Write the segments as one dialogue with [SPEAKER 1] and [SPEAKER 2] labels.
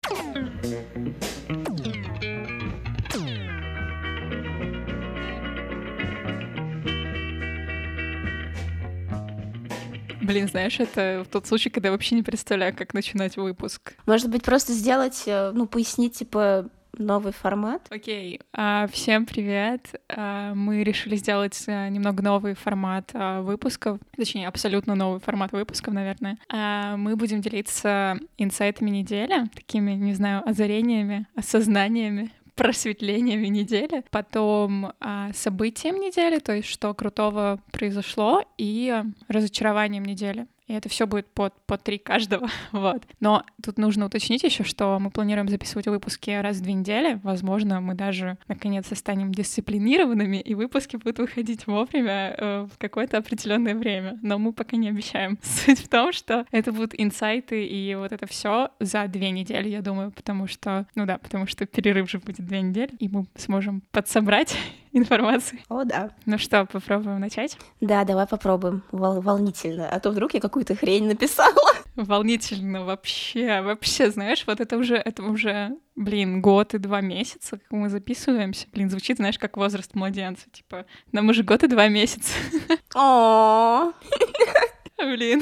[SPEAKER 1] Блин, знаешь, это тот случай, когда я вообще не представляю, как начинать выпуск.
[SPEAKER 2] Может быть, просто сделать, пояснить, типа, новый формат?
[SPEAKER 1] Окей. Всем привет. Мы решили сделать немного новый формат выпусков, точнее, абсолютно новый формат выпусков, наверное. Мы будем делиться инсайтами недели, такими, не знаю, озарениями, осознаниями, просветлениями недели, потом событием недели, то есть что крутого произошло, и разочарованием недели. И это все будет по 3 каждого. Вот. Но тут нужно уточнить еще, что мы планируем записывать выпуски раз в 2 недели. Возможно, мы даже наконец-то станем дисциплинированными, и выпуски будут выходить вовремя в какое-то определенное время. Но мы пока не обещаем. Суть в том, что это будут инсайты и вот это все за 2 недели, я думаю, потому что перерыв же будет 2 недели, и мы сможем подсобрать информации.
[SPEAKER 2] О, да.
[SPEAKER 1] Ну что, попробуем начать?
[SPEAKER 2] Да, давай попробуем. Волнительно. А то вдруг я какую-то хрень написала.
[SPEAKER 1] Волнительно вообще, знаешь, вот это уже, год и 2 месяца, как мы записываемся. Звучит, знаешь, как возраст младенца. Типа, нам уже год и 2 месяца.
[SPEAKER 2] О.
[SPEAKER 1] Блин.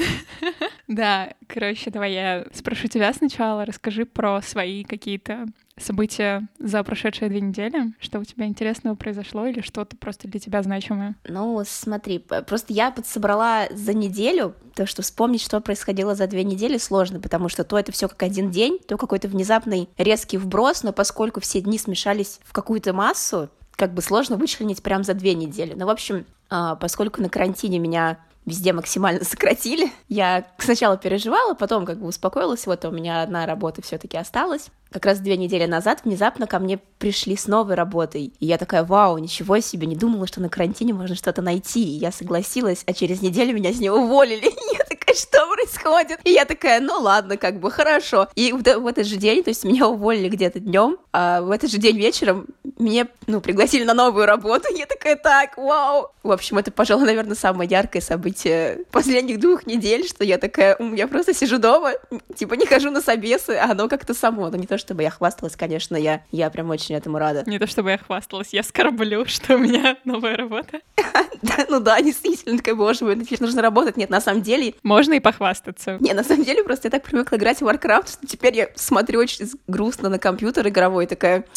[SPEAKER 1] Да, короче, давай я спрошу тебя сначала. Расскажи про свои какие-то события за прошедшие 2 недели. Что у тебя интересного произошло или что-то просто для тебя значимое?
[SPEAKER 2] Ну, смотри, просто я подсобрала за неделю, то, что вспомнить, что происходило за 2 недели, сложно, потому что то это все как один день, то какой-то внезапный резкий вброс, но поскольку все дни смешались в какую-то массу, как бы сложно вычленить прям за 2 недели. Ну, в общем, поскольку на карантине меня везде максимально сократили. Я сначала переживала, потом как бы успокоилась, вот у меня одна работа все-таки осталась. Как раз 2 недели назад внезапно ко мне пришли с новой работой. И я такая, вау, ничего себе, не думала, что на карантине можно что-то найти. И я согласилась, а через неделю меня с нее уволили. И я такая, что происходит? И я такая, ну ладно, как бы хорошо. И в этот же день, то есть меня уволили где-то днем, а в этот же день вечером меня, пригласили на новую работу. И я такая, так, вау. В общем, это, пожалуй, наверное, самое яркое событие последних 2 недель, что я такая, я просто сижу дома, типа не хожу на собесы, а оно как-то само. Но не то, чтобы я хвасталась, конечно, я прям очень этому рада.
[SPEAKER 1] Не то, чтобы я хвасталась, я скорблю, что у меня новая работа.
[SPEAKER 2] Да, действительно, такая, боже мой, нужно работать. Нет, на самом деле...
[SPEAKER 1] Можно и похвастаться.
[SPEAKER 2] Не, на самом деле, просто я так привыкла играть в Warcraft, что теперь я смотрю очень грустно на компьютер игровой, такая,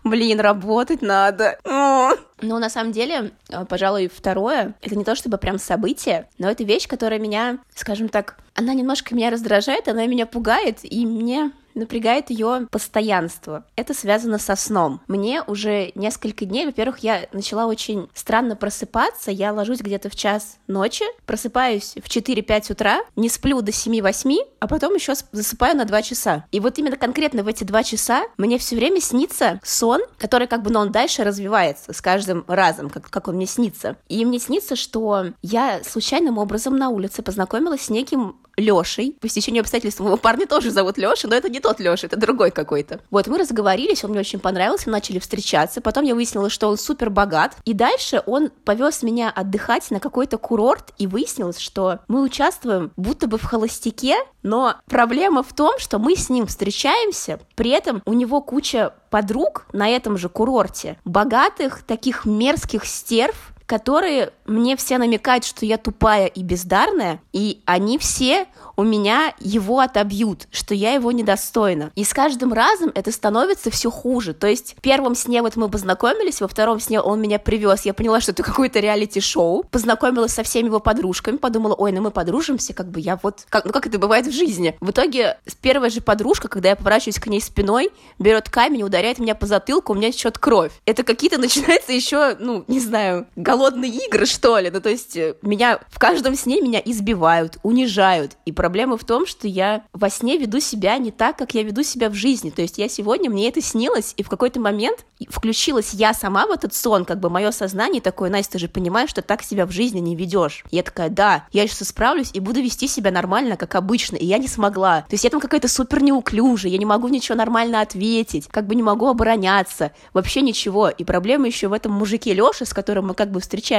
[SPEAKER 2] работать надо. Ну, на самом деле, пожалуй, второе, это не то чтобы прям событие, но это вещь, которая меня, скажем так, она немножко меня раздражает, она меня пугает, и мне напрягает ее постоянство. Это связано со сном. Мне уже несколько дней, во-первых, я начала очень странно просыпаться, я ложусь где-то в 1:00 ночи, просыпаюсь в 4-5 утра, не сплю до 7-8, а потом еще засыпаю на 2 часа. И вот именно конкретно в эти 2 часа мне все время снится сон, который он дальше развивается с каждым разом, как он мне снится. И мне снится, что я случайным образом на улице познакомилась с неким Лёшей. По стечению обстоятельств моего парня тоже зовут Лёша, но это не тот Лёша, это другой какой-то. Вот, мы разговорились, он мне очень понравился, начали встречаться, потом я выяснила, что он супер богат, и дальше он повез меня отдыхать на какой-то курорт, и выяснилось, что мы участвуем будто бы в холостяке, но проблема в том, что мы с ним встречаемся, при этом у него куча подруг на этом же курорте, богатых, таких мерзких стерв, которые мне все намекают, что я тупая и бездарная, и они все у меня его отобьют, что я его недостойна. И с каждым разом это становится все хуже. То есть в первом сне вот мы познакомились, во втором сне он меня привез, я поняла, что это какое-то реалити-шоу, познакомилась со всеми его подружками, подумала, ой, мы подружимся, я вот... Как это бывает в жизни. В итоге первая же подружка, когда я поворачиваюсь к ней спиной, берет камень, ударяет меня по затылку, у меня течет кровь. Это какие-то начинаются еще, не знаю, голодные игры, что ли. То есть меня в каждом сне меня избивают, унижают. И проблема в том, что я во сне веду себя не так, как я веду себя в жизни. То есть я сегодня, мне это снилось, и в какой-то момент включилась я сама в этот сон, мое сознание такое, Настя, ты же понимаешь, что так себя в жизни не ведешь. И я такая, да, я сейчас исправлюсь и буду вести себя нормально, как обычно. И я не смогла. То есть я там какая-то супер неуклюжая, я не могу ничего нормально ответить, не могу обороняться, вообще ничего. И проблема еще в этом мужике Лёше, с которым мы встречаемся, что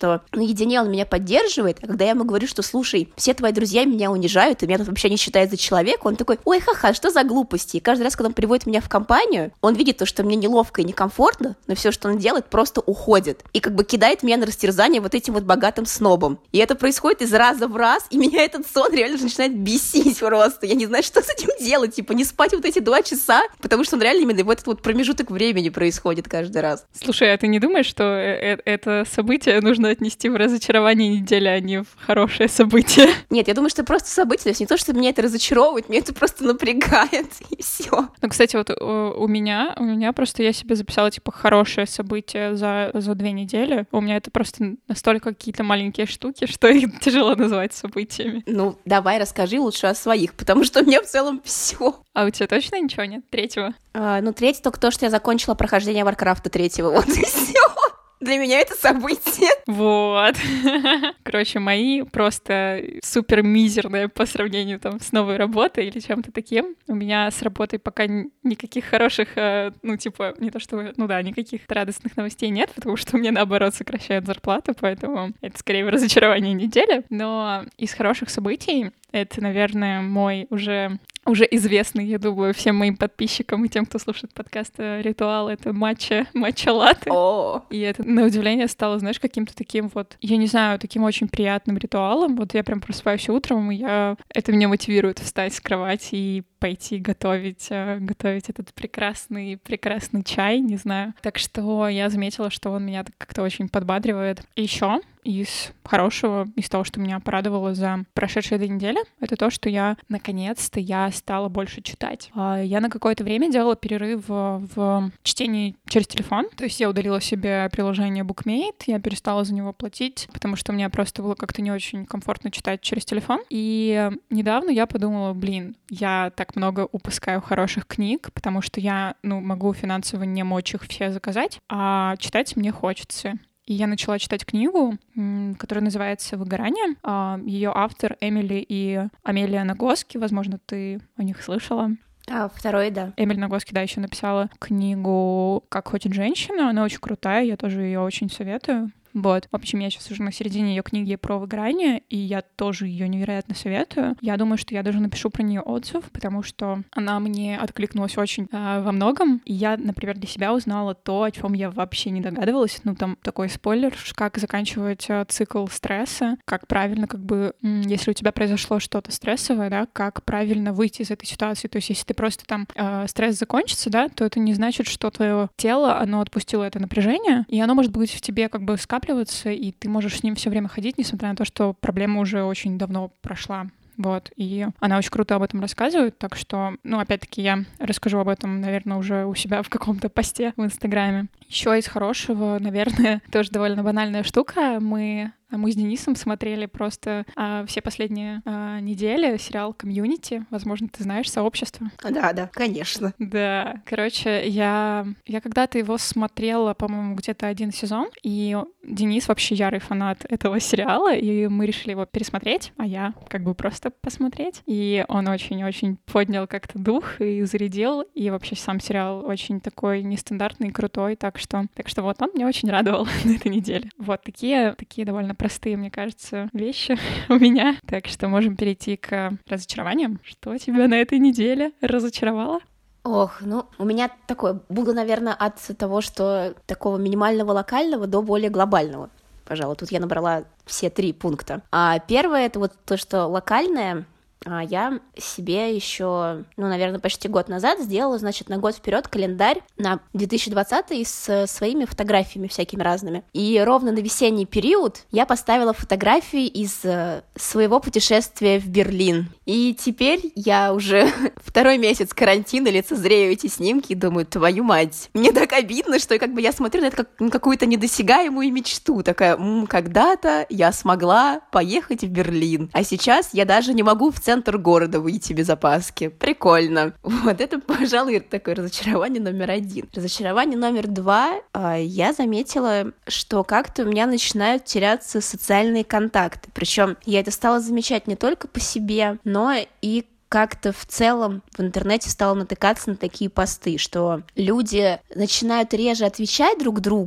[SPEAKER 2] что наедине он меня поддерживает, а когда я ему говорю, что, слушай, все твои друзья меня унижают, и меня тут вообще не считают за человека, он такой, ой, ха-ха, что за глупости? И каждый раз, когда он приводит меня в компанию, он видит то, что мне неловко и некомфортно, но все, что он делает, просто уходит. И как бы кидает меня на растерзание вот этим вот богатым снобом. И это происходит из раза в раз, и меня этот сон реально же начинает бесить просто. Я не знаю, что с этим делать, типа не спать вот эти 2 часа, потому что он реально именно в этот вот промежуток времени происходит каждый раз.
[SPEAKER 1] Слушай, а ты не думаешь, что это событие нужно отнести в разочарование недели, а не в хорошее событие?
[SPEAKER 2] Нет, я думаю, что просто событие, то есть не то, что меня это разочаровывает, меня это просто напрягает, и все.
[SPEAKER 1] Ну, кстати, вот у меня просто я себе записала, типа, хорошее событие за 2 недели. У меня это просто настолько какие-то маленькие штуки, что их тяжело назвать событиями.
[SPEAKER 2] Ну, давай расскажи лучше о своих, потому что у меня в целом все.
[SPEAKER 1] А у тебя точно ничего нет? 3-го?
[SPEAKER 2] Ну, 3 только то, что я закончила прохождение Варкрафта 3-го, вот и все. Для меня это событие.
[SPEAKER 1] Вот. Короче, мои просто супер мизерные по сравнению там с новой работой или чем-то таким. У меня с работой пока никаких хороших, ну, типа, не то что, ну да, никаких радостных новостей нет, потому что мне, наоборот, сокращают зарплату, поэтому это скорее разочарование недели. Но из хороших событий это, наверное, мой уже известный, я думаю, всем моим подписчикам и тем, кто слушает подкаст, ритуал — это матча-латте. И это, на удивление, стало, знаешь, каким-то таким вот, я не знаю, таким очень приятным ритуалом. Вот я прям просыпаюсь утром, и это меня мотивирует встать с кровати и пойти готовить этот прекрасный чай, не знаю. Так что я заметила, что он меня как-то очень подбадривает. И еще из хорошего, из того, что меня порадовало за прошедшие 2 недели, это то, что наконец-то я стала больше читать. Я на какое-то время делала перерыв в чтении через телефон. То есть я удалила себе приложение BookMate, я перестала за него платить, потому что мне просто было как-то не очень комфортно читать через телефон. И недавно я подумала, я так много упускаю хороших книг, потому что я, могу финансово не мочь их все заказать, а читать мне хочется. И я начала читать книгу, которая называется «Выгорание». Ее автор Эмили и Амелия Нагоски. Возможно, ты о них слышала.
[SPEAKER 2] Второй, да.
[SPEAKER 1] Эмили Нагоски, да, еще написала книгу «Как хочет женщина». Она очень крутая, я тоже ее очень советую. Вот. В общем, я сейчас уже на середине ее книги про выгорание, и я тоже ее невероятно советую. Я думаю, что я даже напишу про нее отзыв, потому что она мне откликнулась очень во многом. И я, например, для себя узнала то, о чем я вообще не догадывалась. Там такой спойлер, как заканчивать цикл стресса, как правильно, если у тебя произошло что-то стрессовое, да, как правильно выйти из этой ситуации. То есть, если ты просто стресс закончится, да, то это не значит, что твое тело, оно отпустило это напряжение, и оно может быть в тебе скапливаться, и ты можешь с ним все время ходить, несмотря на то, что проблема уже очень давно прошла. Вот, и она очень круто об этом рассказывает, так что, опять-таки, я расскажу об этом, наверное, уже у себя в каком-то посте в Инстаграме. Еще из хорошего, наверное, тоже довольно банальная штука. Мы с Денисом смотрели просто все последние недели сериал «Комьюнити». Возможно, ты знаешь «Сообщество».
[SPEAKER 2] Да, конечно.
[SPEAKER 1] Да, короче, я когда-то его смотрела, по-моему, где-то 1 сезон, и Денис вообще ярый фанат этого сериала, и мы решили его пересмотреть, а я просто посмотреть. И он очень-очень поднял как-то дух и зарядил, и вообще сам сериал очень такой нестандартный и крутой, так что вот он меня очень радовал на этой неделе. Вот такие довольно простые, мне кажется, вещи у меня. Так что можем перейти к разочарованиям. Что тебя на этой неделе разочаровало?
[SPEAKER 2] У меня такое было, наверное, от того, что такого минимального локального до более глобального. Пожалуй, тут я набрала все 3 пункта. А первое — это вот то, что локальное. Я себе еще, наверное, почти год назад сделала, на год вперед календарь на 2020 с своими фотографиями всякими разными. И ровно на весенний период я поставила фотографии из своего путешествия в Берлин. И теперь я уже 2 месяц карантина лицезрею эти снимки и думаю, твою мать, мне так обидно, что я смотрю на это как на какую-то недосягаемую мечту. Такая, когда-то я смогла поехать в Берлин, а сейчас я даже не могу в центр города выйти без опаски. Прикольно. Вот это, пожалуй, такое разочарование номер 1. Разочарование номер 2. Я заметила, что как-то у меня начинают теряться социальные контакты. Причем я это стала замечать не только по себе, но и как-то в целом в интернете стала натыкаться на такие посты, что люди начинают реже отвечать друг другу,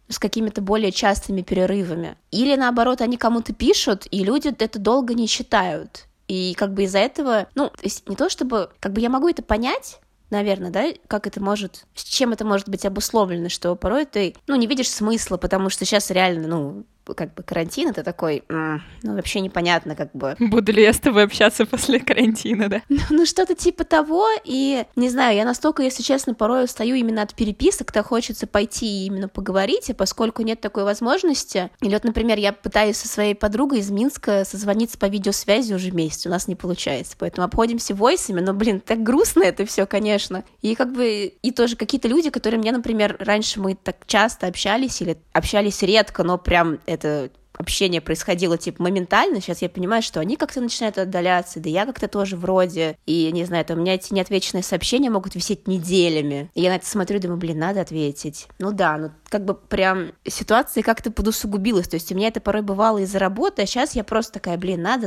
[SPEAKER 2] с какими-то более частыми перерывами. Или, наоборот, они кому-то пишут, и люди это долго не читают. И как бы из-за этого, ну, то есть не то чтобы... Как бы я могу это понять, наверное, да, как это может... С чем это может быть обусловлено, что порой ты, ну, не видишь смысла, потому что сейчас реально, ну, как бы карантин, это такой, ну, вообще непонятно, как бы.
[SPEAKER 1] Буду ли я с тобой общаться после карантина, да?
[SPEAKER 2] Ну, что-то типа того, и, не знаю, я настолько, если честно, порой устаю именно от переписок, то хочется пойти и именно поговорить, а поскольку нет такой возможности, или вот, например, я пытаюсь со своей подругой из Минска созвониться по видеосвязи уже месяц, у нас не получается, поэтому обходимся войсами, но, блин, так грустно это все, конечно, и как бы, и тоже какие-то люди, которые мне, например, раньше мы так часто общались, или общались редко, но прям это общение происходило, типа, моментально, сейчас я понимаю, что они как-то начинают отдаляться, да я как-то тоже вроде, и, не знаю, там у меня эти неотвеченные сообщения могут висеть неделями, и я на это смотрю и думаю, блин, надо ответить. Ну да, ну как бы прям ситуация как-то подусугубилась, то есть у меня это порой бывало из-за работы, а сейчас я просто такая, блин, надо,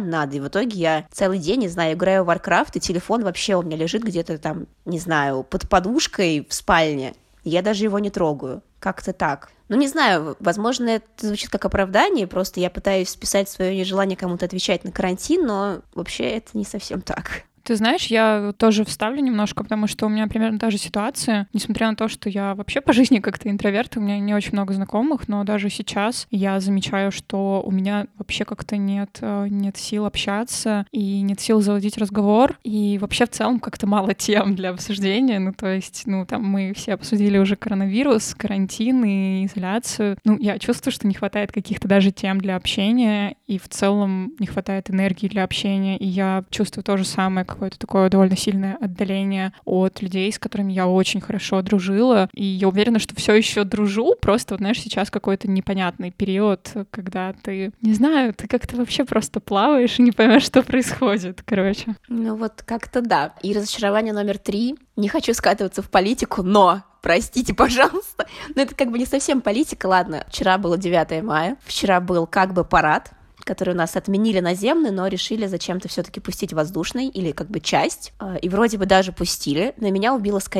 [SPEAKER 2] и в итоге я целый день, не знаю, играю в Warcraft, и телефон вообще у меня лежит где-то там, не знаю, под подушкой в спальне, я даже его не трогаю, как-то так. Ну, не знаю, возможно, это звучит как оправдание, просто я пытаюсь списать свое нежелание кому-то отвечать на карантин, но вообще это не совсем так.
[SPEAKER 1] Ты знаешь, я тоже вставлю немножко, потому что у меня примерно та же ситуация. Несмотря на то, что я вообще по жизни как-то интроверт, у меня не очень много знакомых, но даже сейчас я замечаю, что у меня вообще как-то нет сил общаться и нет сил заводить разговор. И вообще в целом как-то мало тем для обсуждения. Ну, то есть, ну, там мы все обсудили уже коронавирус, карантин и изоляцию. Ну, я чувствую, что не хватает каких-то даже тем для общения, и в целом не хватает энергии для общения. И я чувствую то же самое, какое-то такое довольно сильное отдаление от людей, с которыми я очень хорошо дружила. И я уверена, что все еще дружу, просто, вот, знаешь, сейчас какой-то непонятный период, когда ты, не знаю, ты как-то вообще просто плаваешь и не поймешь, что происходит, короче.
[SPEAKER 2] Ну вот как-то да. И разочарование номер 3. Не хочу скатываться в политику, но... Простите, пожалуйста. Но это как бы не совсем политика, ладно. Вчера было 9 мая, вчера был как бы парад, который у нас отменили наземный, но решили зачем-то все-таки пустить воздушный, или как бы часть. И вроде бы даже пустили. Но меня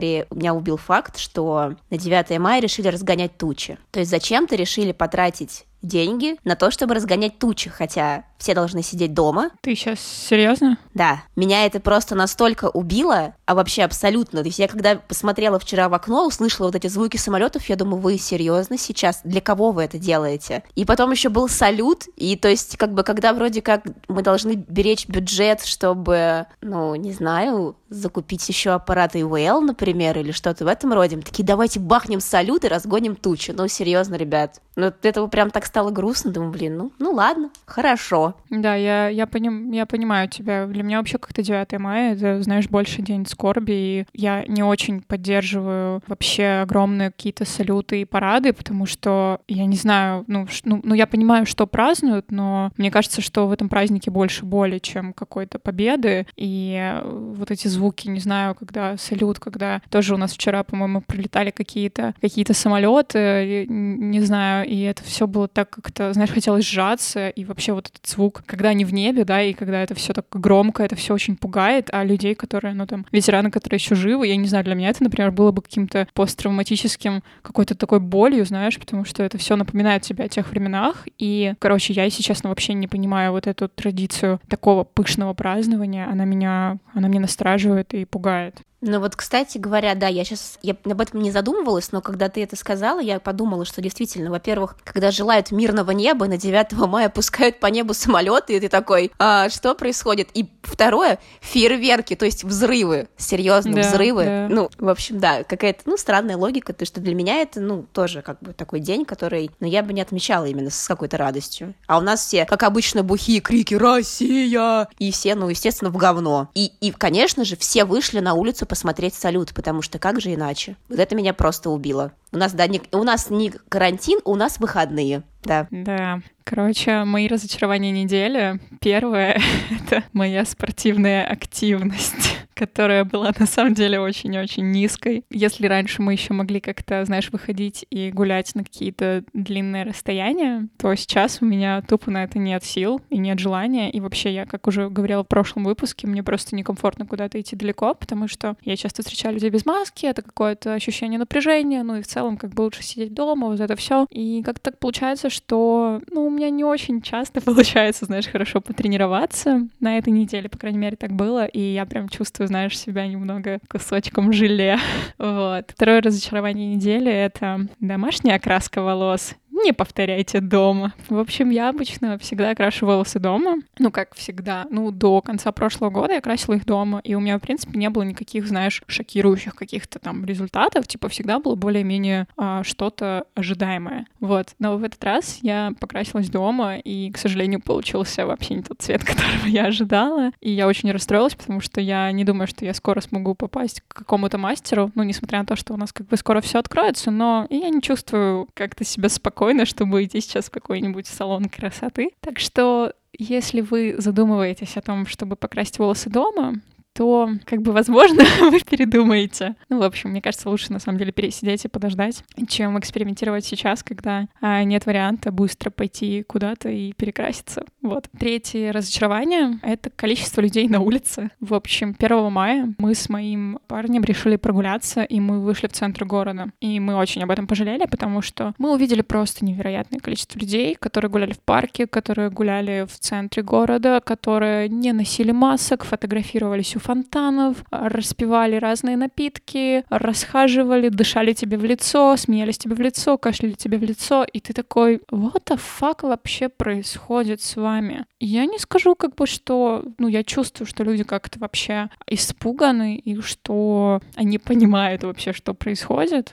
[SPEAKER 2] убил факт, что на 9 мая решили разгонять тучи. То есть зачем-то решили потратить деньги на то, чтобы разгонять тучи, хотя все должны сидеть дома.
[SPEAKER 1] Ты сейчас серьезно?
[SPEAKER 2] Да. Меня это просто настолько убило, а вообще абсолютно. То есть я когда посмотрела вчера в окно, услышала вот эти звуки самолетов, я думаю, вы серьезно сейчас? Для кого вы это делаете? И потом еще был салют, и то есть как бы когда вроде как мы должны беречь бюджет, чтобы, ну, не знаю, закупить еще аппараты ИВЛ, например, или что-то в этом роде. Мы такие, давайте бахнем салют и разгоним тучи. Ну, серьезно, ребят. Ну, от этого прям так стало грустно. Думаю, блин, ну ладно, хорошо.
[SPEAKER 1] Да, я понимаю тебя. Для меня вообще как-то 9 мая, это, знаешь, больше день скорби, и я не очень поддерживаю вообще огромные какие-то салюты и парады, потому что, я не знаю, я понимаю, что празднуют, но мне кажется, что в этом празднике больше боли, чем какой-то победы, и вот эти звуки, не знаю, когда салют, когда тоже у нас вчера, по-моему, прилетали какие-то самолеты, не знаю, и это все было так как-то, знаешь, хотелось сжаться, и вообще вот этот звук, когда они в небе, да, и когда это все так громко, это все очень пугает, а людей, которые, ветераны, которые еще живы, я не знаю, для меня это, например, было бы каким-то посттравматическим, какой-то такой болью, знаешь, потому что это все напоминает тебе о тех временах, и, короче, я, если честно, вообще не понимаю вот эту традицию такого пышного празднования, она меня настораживает и пугает.
[SPEAKER 2] Ну вот, кстати говоря, да, я об этом не задумывалась, но когда ты это сказала, я подумала, что действительно, во-первых, когда желают мирного неба, на 9 мая пускают по небу самолеты, и ты такой, что происходит? И второе, фейерверки, то есть взрывы, серьезно, да, взрывы. Да. Ну, в общем, да, какая-то, странная логика, потому что для меня это, тоже как бы такой день, который, я бы не отмечала именно с какой-то радостью. А у нас все, как обычно, бухие крики «Россия!» И все, естественно, в говно. И, конечно же, все вышли на улицу посмотреть салют, потому что как же иначе? Вот это меня просто убило. У нас не карантин, у нас выходные. Да.
[SPEAKER 1] Да. Короче, мои разочарования недели. Первое — это моя спортивная активность, которая была на самом деле очень-очень низкой. Если раньше мы еще могли как-то, знаешь, выходить и гулять на какие-то длинные расстояния, то сейчас у меня тупо на это нет сил и нет желания. И вообще, я, как уже говорила в прошлом выпуске, мне просто некомфортно куда-то идти далеко, потому что я часто встречаю людей без маски, это какое-то ощущение напряжения, и в целом целом как бы лучше сидеть дома, вот это все. И как-то так получается, что, у меня не очень часто получается, знаешь, хорошо потренироваться. На этой неделе, по крайней мере, так было, и я прям чувствую, знаешь, себя немного кусочком желе. Вот. Второе разочарование недели — это домашняя окраска волос. Не повторяйте дома. В общем, я обычно всегда крашу волосы дома. Как всегда. До конца прошлого года я красила их дома, и у меня, в принципе, не было никаких, знаешь, шокирующих каких-то там результатов. Всегда было более-менее что-то ожидаемое. Вот. Но в этот раз я покрасилась дома, и, к сожалению, получился вообще не тот цвет, которого я ожидала. И я очень расстроилась, потому что я не думаю, что я скоро смогу попасть к какому-то мастеру. Несмотря на то, что у нас как бы скоро все откроется, но я не чувствую как-то себя спокойно, чтобы идти сейчас в какой-нибудь салон красоты. Так что, если вы задумываетесь о том, чтобы покрасить волосы дома, то, возможно, вы передумаете. В общем, мне кажется, лучше, на самом деле, пересидеть и подождать, чем экспериментировать сейчас, когда нет варианта быстро пойти куда-то и перекраситься. Вот. Третье разочарование — это количество людей на улице. В общем, 1 мая мы с моим парнем решили прогуляться, и мы вышли в центр города. И мы очень об этом пожалели, потому что мы увидели просто невероятное количество людей, которые гуляли в парке, которые гуляли в центре города, которые не носили масок, фотографировались у фонтанов, распивали разные напитки, расхаживали, дышали тебе в лицо, смеялись тебе в лицо, кашляли тебе в лицо, и ты такой: what the fuck вообще происходит с вами? Я не скажу, что, я чувствую, что люди как-то вообще испуганы, и что они понимают вообще, что происходит.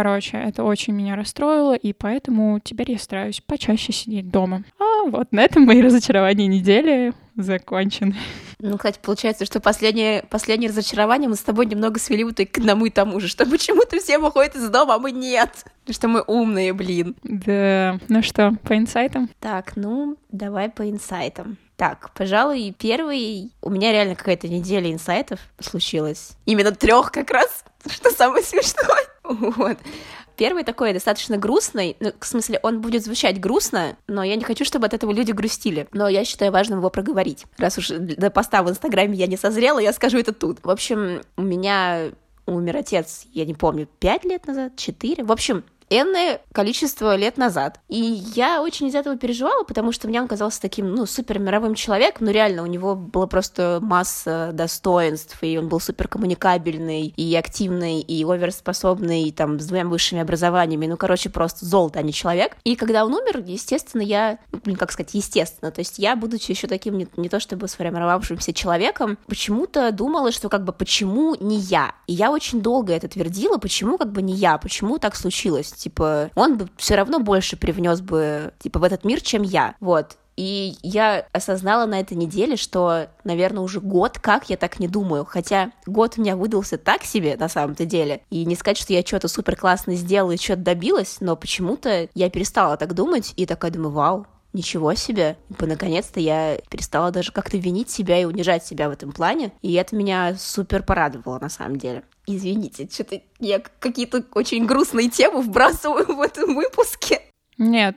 [SPEAKER 1] Это очень меня расстроило, и поэтому теперь я стараюсь почаще сидеть дома. Вот на этом мои разочарования недели закончены.
[SPEAKER 2] Кстати, получается, что последнее разочарование мы с тобой немного свели к одному и тому же, что почему-то все выходят из дома, а мы нет. Что мы умные, блин.
[SPEAKER 1] Да, что, по инсайтам?
[SPEAKER 2] Так, давай по инсайтам. Так, пожалуй, первый... У меня реально какая-то неделя инсайтов случилась. Именно 3 как раз, что самое смешное. Вот. Первый такой достаточно грустный, в смысле, он будет звучать грустно, но я не хочу, чтобы от этого люди грустили. Но я считаю важным его проговорить. Раз уж до поста в Инстаграме я не созрела, я скажу это тут. В общем, у меня умер отец, я не помню, 5 лет назад, 4. В общем, энное количество лет назад. И я очень из этого переживала, потому что мне он казался таким, супер мировым человеком. Реально, у него была просто масса достоинств, и он был супер коммуникабельный, и активный, и оверспособный, с 2 высшими образованиями. Просто золото, а не человек. И когда он умер, естественно, естественно, то есть я, будучи еще таким не то чтобы сформировавшимся человеком, почему-то думала, что почему не я? И я очень долго это твердила, почему не я, почему так случилось? Он бы все равно больше привнес бы, в этот мир, чем я. Вот. И я осознала на этой неделе, что, наверное, уже год как я так не думаю. Хотя год у меня выдался так себе, на самом-то деле. И не сказать, что я что-то супер классно сделала и что-то добилась, но почему-то я перестала так думать и такая думаю: вау, ничего себе. Наконец-то я перестала даже как-то винить себя и унижать себя в этом плане. И это меня супер порадовало, на самом деле. Извините, что-то я какие-то очень грустные темы вбрасываю в этом выпуске.
[SPEAKER 1] Нет,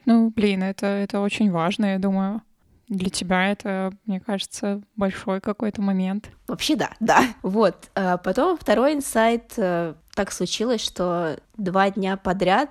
[SPEAKER 1] это очень важно, я думаю. Для тебя это, мне кажется, большой какой-то момент.
[SPEAKER 2] Вообще да. Вот. Потом второй инсайт. Так случилось, что 2 дня подряд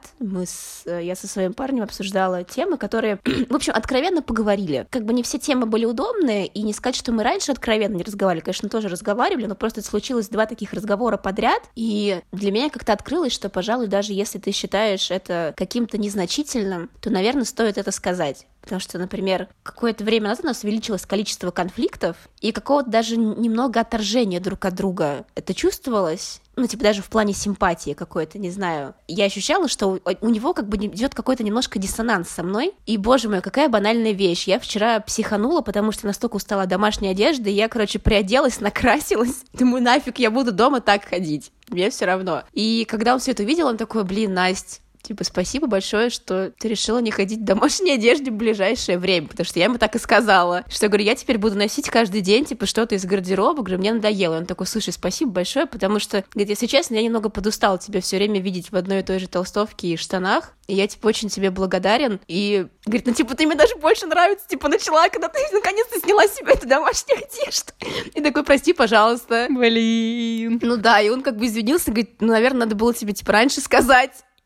[SPEAKER 2] я со своим парнем обсуждала темы, которые, в общем, откровенно поговорили. Не все темы были удобные, и не сказать, что мы раньше откровенно не разговаривали, конечно, тоже разговаривали, но просто это случилось 2 таких разговора подряд, и для меня как-то открылось, что, пожалуй, даже если ты считаешь это каким-то незначительным, то, наверное, стоит это сказать. Потому что, например, какое-то время назад у нас увеличилось количество конфликтов, и какого-то даже немного отторжения друг от друга это чувствовалось. Даже в плане симпатии какой-то, не знаю. Я ощущала, что у него идет какой-то немножко диссонанс со мной. И, боже мой, какая банальная вещь. Я вчера психанула, потому что настолько устала от домашней одежды, и я, приоделась, накрасилась. Думаю, нафиг я буду дома так ходить. Мне все равно. И когда он все это увидел, он такой: блин, Насть, спасибо большое, что ты решила не ходить в домашней одежде в ближайшее время, потому что я ему так и сказала, что, говорю, я теперь буду носить каждый день, что-то из гардероба, говорю, мне надоело. И он такой: слушай, спасибо большое, потому что, говорит, если честно, я немного подустала тебя все время видеть в одной и той же толстовке и штанах, и я, очень тебе благодарен. И, говорит, ты мне даже больше нравится, начала, когда ты наконец-то сняла с себя эту домашнюю одежду. И такой: прости, пожалуйста.
[SPEAKER 1] Блин.
[SPEAKER 2] Да, и он извинился, говорит, наверное, надо было тебе, раньше сказать.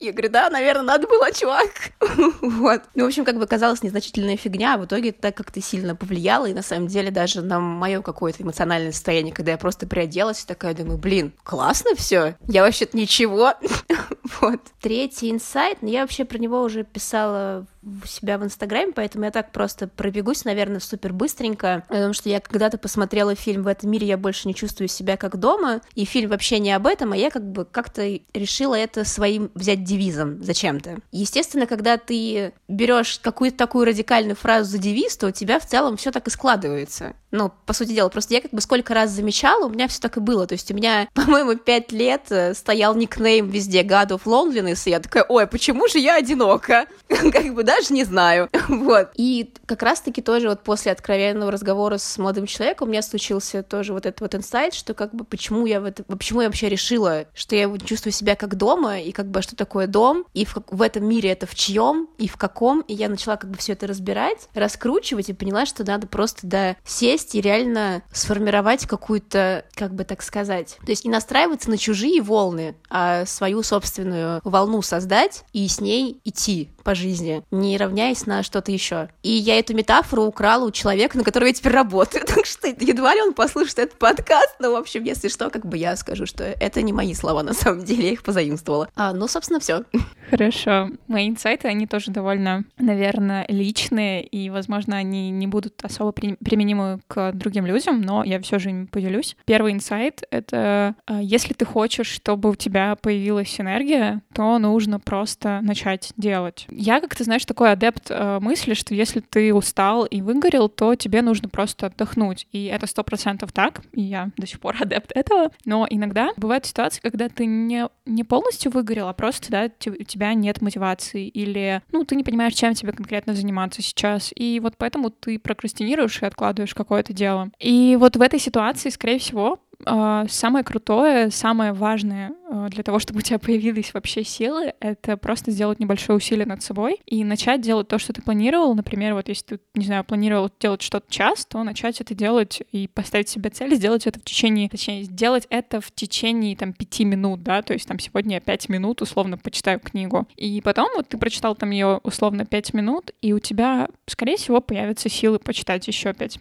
[SPEAKER 2] Я говорю, да, наверное, надо было, чувак. Вот. Ну, в общем, как бы казалось незначительная фигня, а в итоге это так как-то сильно повлияло, и на самом деле даже на мое какое-то эмоциональное состояние, когда я просто приоделась, такая думаю, блин, классно все, я вообще-то ничего. Вот. Третий инсайт, я вообще про него уже писала у себя в Инстаграме, поэтому я так просто пробегусь, наверное, супер быстренько, потому что я когда-то посмотрела фильм «В этом мире я больше не чувствую себя как дома», и фильм вообще не об этом, а я как бы как-то решила это своим взять девизом зачем-то. Естественно, когда ты берешь какую-то такую радикальную фразу за девиз, то у тебя в целом все так и складывается. Ну, по сути дела, просто я как бы сколько раз замечала, у меня все так и было, то есть у меня, по-моему, 5 лет стоял никнейм везде God of Loneliness, и я такая, ой, почему же я одинока? Как бы даже не знаю. Вот. И как раз-таки тоже вот после откровенного разговора с молодым человеком у меня случился тоже вот этот вот инсайт, что как бы почему я вообще решила, что я чувствую себя как дома, и как бы что такое дом, и в этом мире это в чьем, и в каком, и я начала как бы все это разбирать, раскручивать, и поняла, что надо просто, да, сесть и реально сформировать какую-то, как бы так сказать, то есть не настраиваться на чужие волны, а свою собственную волну создать и с ней идти по жизни, не равняясь на что-то еще. И я эту метафору украла у человека, на которого я теперь работаю, так что едва ли он послушает этот подкаст, но, в общем, если что, как бы я скажу, что это не мои слова, на самом деле, я их позаимствовала. Ну, собственно, все.
[SPEAKER 1] Хорошо. Мои инсайты, они тоже довольно, наверное, личные, и, возможно, они не будут особо применимы к другим людям, но я все же им поделюсь. Первый инсайт — это если ты хочешь, чтобы у тебя появилась энергия, то нужно просто начать делать. Я, как ты знаешь, такой адепт мысли, что если ты устал и выгорел, то тебе нужно просто отдохнуть. И это 100% так, и я до сих пор адепт этого. Но иногда бывают ситуации, когда ты не полностью выгорел, а просто, да, у тебя нет мотивации, или, ты не понимаешь, чем тебе конкретно заниматься сейчас. И вот поэтому ты прокрастинируешь и откладываешь какое-то дело. И вот в этой ситуации, скорее всего, самое крутое, самое важное для того, чтобы у тебя появились вообще силы, это просто сделать небольшое усилие над собой и начать делать то, что ты планировал. Например, вот если ты, не знаю, планировал делать что-то час, то начать это делать и поставить себе цель, сделать это сделать это в течение, 5 минут, да, то есть, сегодня я 5 минут условно почитаю книгу. И потом вот ты прочитал ее условно 5 минут, и у тебя, скорее всего, появятся силы почитать еще 5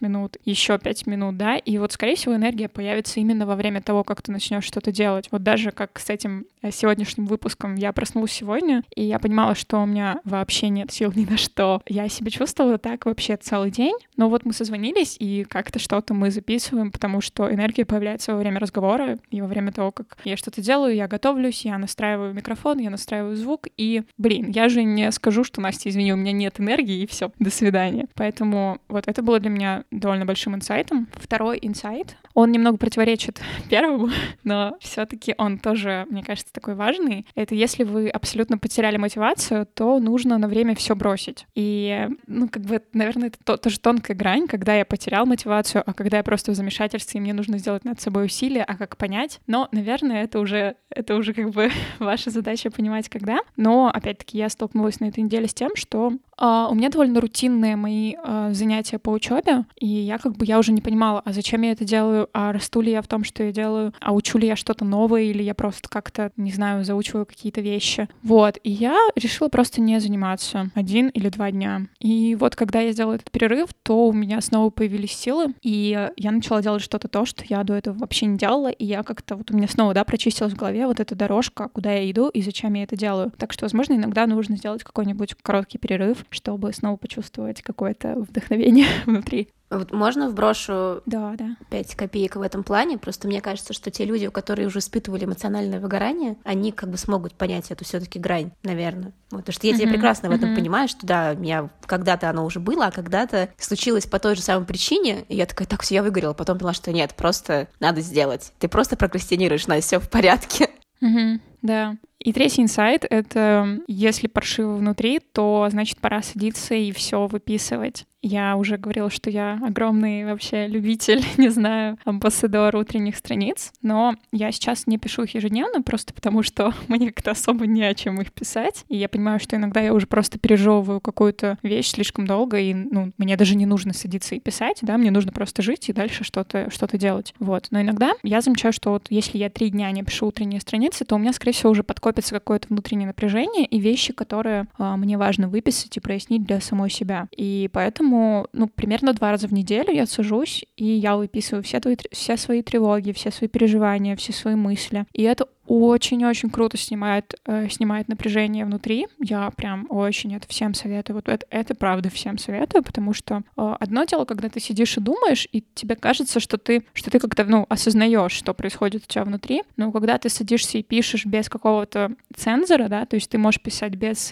[SPEAKER 1] минут, да, и вот, скорее всего, энергия появится именно во время того, как ты начнешь что-то делать. Вот даже как с этим сегодняшним выпуском я проснулась сегодня, и я понимала, что у меня вообще нет сил ни на что. Я себя чувствовала так вообще целый день, но вот мы созвонились, и как-то что-то мы записываем, потому что энергия появляется во время разговора, и во время того, как я что-то делаю, я готовлюсь, я настраиваю микрофон, я настраиваю звук, и, я же не скажу, что, Настя, извини, у меня нет энергии, и все, до свидания. Поэтому вот это было для меня довольно большим инсайтом. Второй инсайт, он немного противоречит первому, но все-таки он тоже, мне кажется, такой важный. Это если вы абсолютно потеряли мотивацию, то нужно на время все бросить. И, наверное, это тоже тонкая грань, когда я потерял мотивацию, а когда я просто в замешательстве, и мне нужно сделать над собой усилия, а как понять? Но, наверное, это уже как бы ваша задача понимать, когда. Но, опять-таки, я столкнулась на этой неделе с тем, что у меня довольно рутинные мои занятия по учебе, и я уже не понимала, а зачем я это делаю, а расту ли я в том, что я делаю, а учу ли я что-то новое, или я просто как-то, не знаю, заучиваю какие-то вещи. Вот, и я решила просто не заниматься 1 или 2 дня. И вот когда я сделала этот перерыв, то у меня снова появились силы, и я начала делать что-то то, что я до этого вообще не делала, и я как-то у меня снова, прочистилась в голове вот эта дорожка, куда я иду и зачем я это делаю. Так что, возможно, иногда нужно сделать какой-нибудь короткий перерыв, чтобы снова почувствовать какое-то вдохновение внутри.
[SPEAKER 2] Вот можно вброшу
[SPEAKER 1] Да.
[SPEAKER 2] 5 копеек в этом плане? Просто мне кажется, что те люди, которые уже испытывали эмоциональное выгорание, они как бы смогут понять эту все-таки грань, наверное. Вот, потому что я тебя прекрасно в этом понимаю, что да, у меня когда-то оно уже было, а когда-то случилось по той же самой причине, и я такая, так, все, я выгорела. Потом поняла, что нет, просто надо сделать. Ты просто прокрастинируешь, Настя, все в порядке.
[SPEAKER 1] Да. И третий инсайт — это если паршиво внутри, то, значит, пора садиться и все выписывать. Я уже говорила, что я огромный вообще любитель, не знаю, амбассадор утренних страниц, но я сейчас не пишу их ежедневно, просто потому что мне как-то особо не о чем их писать. И я понимаю, что иногда я уже просто пережевываю какую-то вещь слишком долго, и мне даже не нужно садиться и писать, да, мне нужно просто жить и дальше что-то делать. Вот. Но иногда я замечаю, что вот если я 3 дня не пишу утренние страницы, то у меня, скорее всего, уже подкопится какое-то внутреннее напряжение и вещи, которые мне важно выписать и прояснить для самой себя. И поэтому, примерно 2 раза в неделю я сажусь, и я выписываю все свои тревоги, все свои переживания, все свои мысли. И это очень-очень круто снимает напряжение внутри. Я прям очень это всем советую. Вот это правда всем советую, потому что одно дело, когда ты сидишь и думаешь, и тебе кажется, что ты как-то, осознаешь, что происходит у тебя внутри. Но когда ты садишься и пишешь без какого-то цензора, да, то есть ты можешь писать без,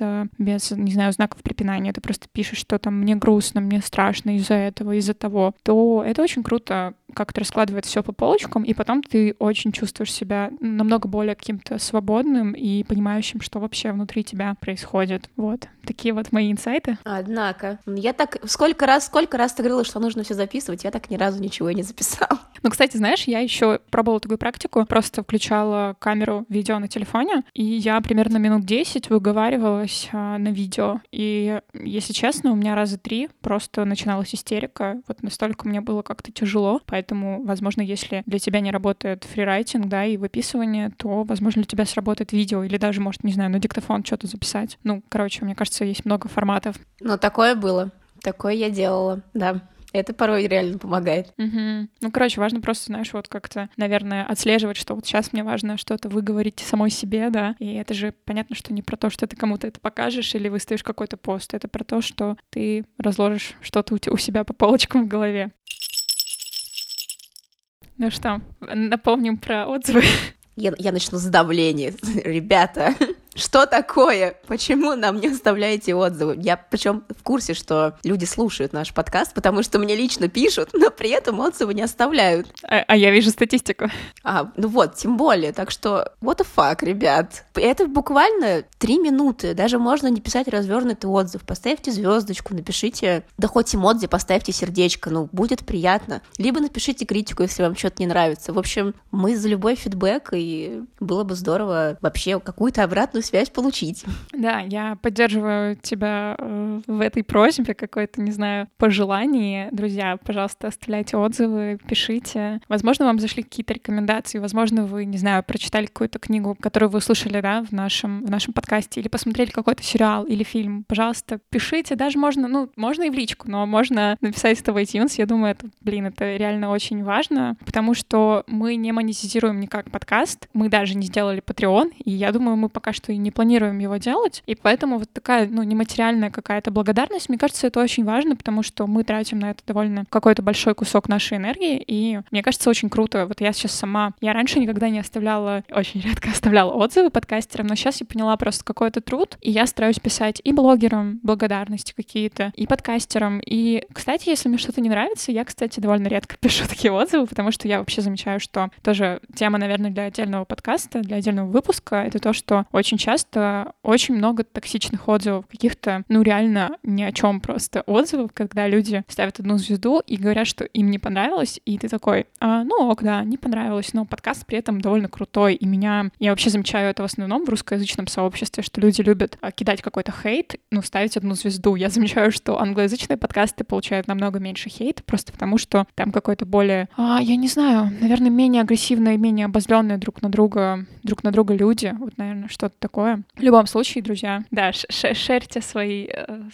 [SPEAKER 1] не знаю, знаков препинания, ты просто пишешь, что там мне грустно, мне страшно из-за этого, из-за того, то это очень круто как-то раскладывает все по полочкам, и потом ты очень чувствуешь себя намного более каким-то свободным и понимающим, что вообще внутри тебя происходит. Вот. Такие вот мои инсайты.
[SPEAKER 2] Однако, я так... Сколько раз ты говорила, что нужно все записывать, я так ни разу ничего и не записала.
[SPEAKER 1] Кстати, знаешь, я еще пробовала такую практику, просто включала камеру видео на телефоне, и я примерно минут 10 выговаривалась на видео. И, если честно, у меня раза 3 просто начиналась истерика. Вот настолько мне было как-то тяжело. Поэтому, возможно, если для тебя не работает фрирайтинг, да, и выписывание, то, возможно, для тебя сработает видео или даже, может, не знаю, на диктофон что-то записать. Короче, мне кажется, есть много форматов.
[SPEAKER 2] Такое было. Такое я делала, да. Это порой реально помогает.
[SPEAKER 1] Угу. Важно просто, знаешь, вот как-то, наверное, отслеживать, что вот сейчас мне важно что-то выговорить самой себе, да, и это же понятно, что не про то, что ты кому-то это покажешь или выставишь какой-то пост, это про то, что ты разложишь что-то у себя по полочкам в голове. Ну что, напомним про отзывы.
[SPEAKER 2] Я начну с давления. Ребята, что такое? Почему нам не оставляете отзывы? Я причем в курсе, что люди слушают наш подкаст, потому что мне лично пишут, но при этом отзывы не оставляют.
[SPEAKER 1] А я вижу статистику.
[SPEAKER 2] Тем более. Так что, what the fuck, ребят. Это буквально 3 минуты. Даже можно не писать развернутый отзыв. Поставьте звездочку, напишите, да хоть эмодзи, поставьте сердечко, будет приятно. Либо напишите критику, если вам что-то не нравится. В общем, мы за любой фидбэк, и было бы здорово вообще какую-то обратную связь получить.
[SPEAKER 1] Да, я поддерживаю тебя в этой просьбе, какой-то, не знаю, пожелании. Друзья, пожалуйста, оставляйте отзывы, пишите. Возможно, вам зашли какие-то рекомендации, возможно, вы, не знаю, прочитали какую-то книгу, которую вы слушали, да, в нашем подкасте, или посмотрели какой-то сериал или фильм. Пожалуйста, пишите, даже можно и в личку, но можно написать это в iTunes. Я думаю, это реально очень важно, потому что мы не монетизируем никак подкаст, мы даже не сделали Patreon, и я думаю, мы пока что и не планируем его делать, и поэтому вот такая, нематериальная какая-то благодарность, мне кажется, это очень важно, потому что мы тратим на это довольно какой-то большой кусок нашей энергии, и мне кажется, очень круто. Вот я сейчас я раньше никогда не очень редко оставляла отзывы подкастерам, но сейчас я поняла просто какой-то труд, и я стараюсь писать и блогерам благодарности какие-то, и подкастерам, и, кстати, если мне что-то не нравится, я, кстати, довольно редко пишу такие отзывы, потому что я вообще замечаю, что тоже тема, наверное, для отдельного подкаста, для отдельного выпуска, это то, что очень часто очень много токсичных отзывов, каких-то, реально ни о чем просто отзывов, когда люди ставят 1 звезду и говорят, что им не понравилось, и ты такой, не понравилось, но подкаст при этом довольно крутой, и я вообще замечаю это в основном в русскоязычном сообществе, что люди любят кидать какой-то хейт, ставить 1 звезду. Я замечаю, что англоязычные подкасты получают намного меньше хейта, просто потому что там какой-то более, я не знаю, наверное, менее агрессивные, менее обозленные друг на друга люди, вот, наверное, что-то такое. В любом случае, друзья, да, шерьте свой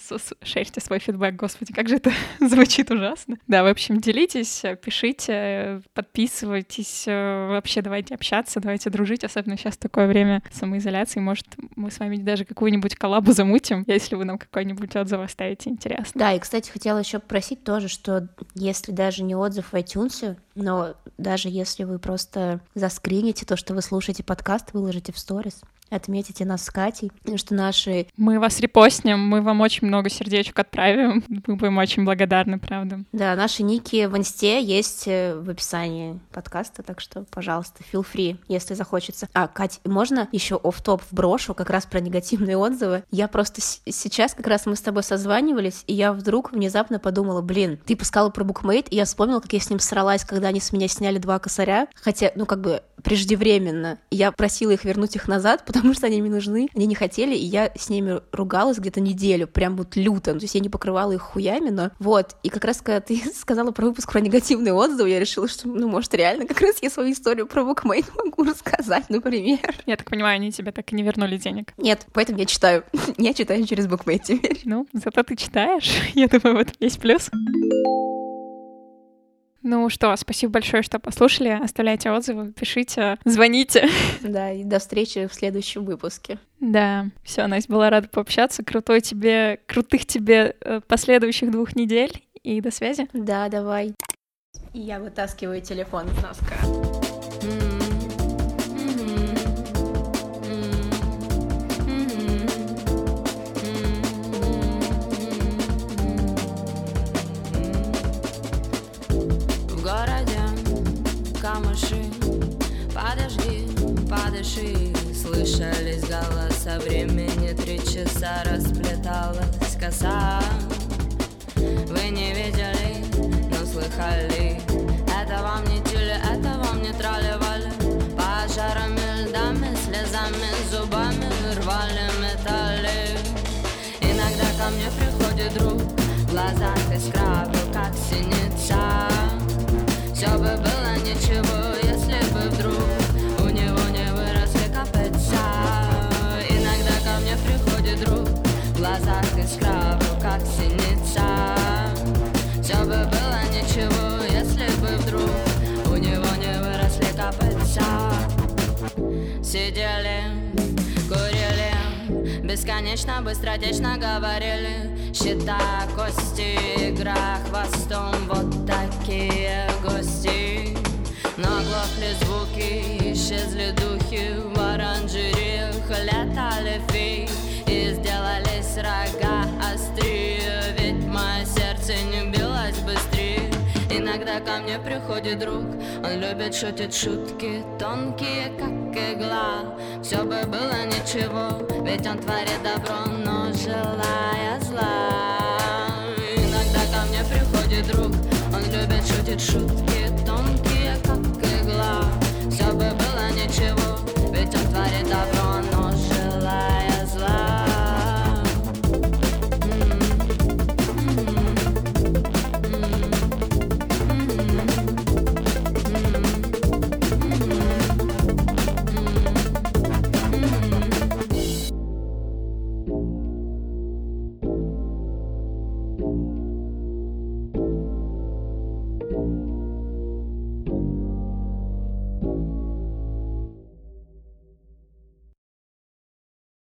[SPEAKER 1] фидбэк, господи, как же это звучит ужасно. Да, в общем, делитесь, пишите, подписывайтесь, вообще давайте общаться, давайте дружить, особенно сейчас такое время самоизоляции, может, мы с вами даже какую-нибудь коллабу замутим, если вы нам какой-нибудь отзыв оставите, интересно.
[SPEAKER 2] Да, и, кстати, хотела еще попросить тоже, что если даже не отзыв в iTunes, но даже если вы просто заскрините то, что вы слушаете подкаст, выложите в сторис, отметите нас с Катей, потому что наши...
[SPEAKER 1] Мы вас репостнем, мы вам очень много сердечек отправим, мы будем очень благодарны, правда.
[SPEAKER 2] Да, наши ники в инсте есть в описании подкаста, так что, пожалуйста, feel free, если захочется. Кать, можно еще офф-топ вброшу как раз про негативные отзывы? Я просто сейчас как раз мы с тобой созванивались, и я вдруг внезапно подумала, ты сказала про букмейт, и я вспомнила, как я с ним сралась, когда они с меня сняли 2 косаря, хотя, преждевременно. Я просила их вернуть их назад, потому что они мне нужны, они не хотели, и я с ними ругалась где-то неделю, прям вот люто, то есть я не покрывала их хуями, но вот, и как раз когда ты сказала про выпуск про негативные отзывы, я решила, что, может, реально как раз я свою историю про букмейт могу рассказать, например.
[SPEAKER 1] Я так понимаю, они тебе так и не вернули денег.
[SPEAKER 2] Нет, поэтому я читаю. Я читаю через букмейт теперь.
[SPEAKER 1] Зато ты читаешь, я думаю, вот есть плюс. Ну что, спасибо большое, что послушали. Оставляйте отзывы, пишите, звоните.
[SPEAKER 2] Да, и до встречи в следующем выпуске.
[SPEAKER 1] Да, все, Настя, была рада пообщаться. Крутых тебе последующих 2 недель. И до связи.
[SPEAKER 2] Да, давай. И я вытаскиваю телефон из носка.
[SPEAKER 3] Подыши, слышались голоса времени, 3 часа расплеталась коса. Вы не видели, но слыхали, это вам не тюли, это вам не трали-вали. Пожарами, льдами, слезами, зубами рвали металли. Иногда ко мне приходит друг, в глазах искра был как синица. Все бы было ничего, если бы вдруг у него не выросли копытца. Иногда ко мне приходит друг, в глазах искра был как синица. Все бы было ничего, если бы вдруг у него не выросли копытца. Сидели, курили, бесконечно, быстротечно говорили, счета, кости, игра хвостом, вот такие гости. Но оглохли звуки, исчезли духи, в оранжереях летали феи и сделались рога острее, ведь мое сердце не билось быстрее. Иногда ко мне приходит друг, он любит шутить шутки, тонкие как игла. Все бы было ничего, ведь он творит добро, но желая зла. Иногда ко мне приходит друг, он любит шутить шутки,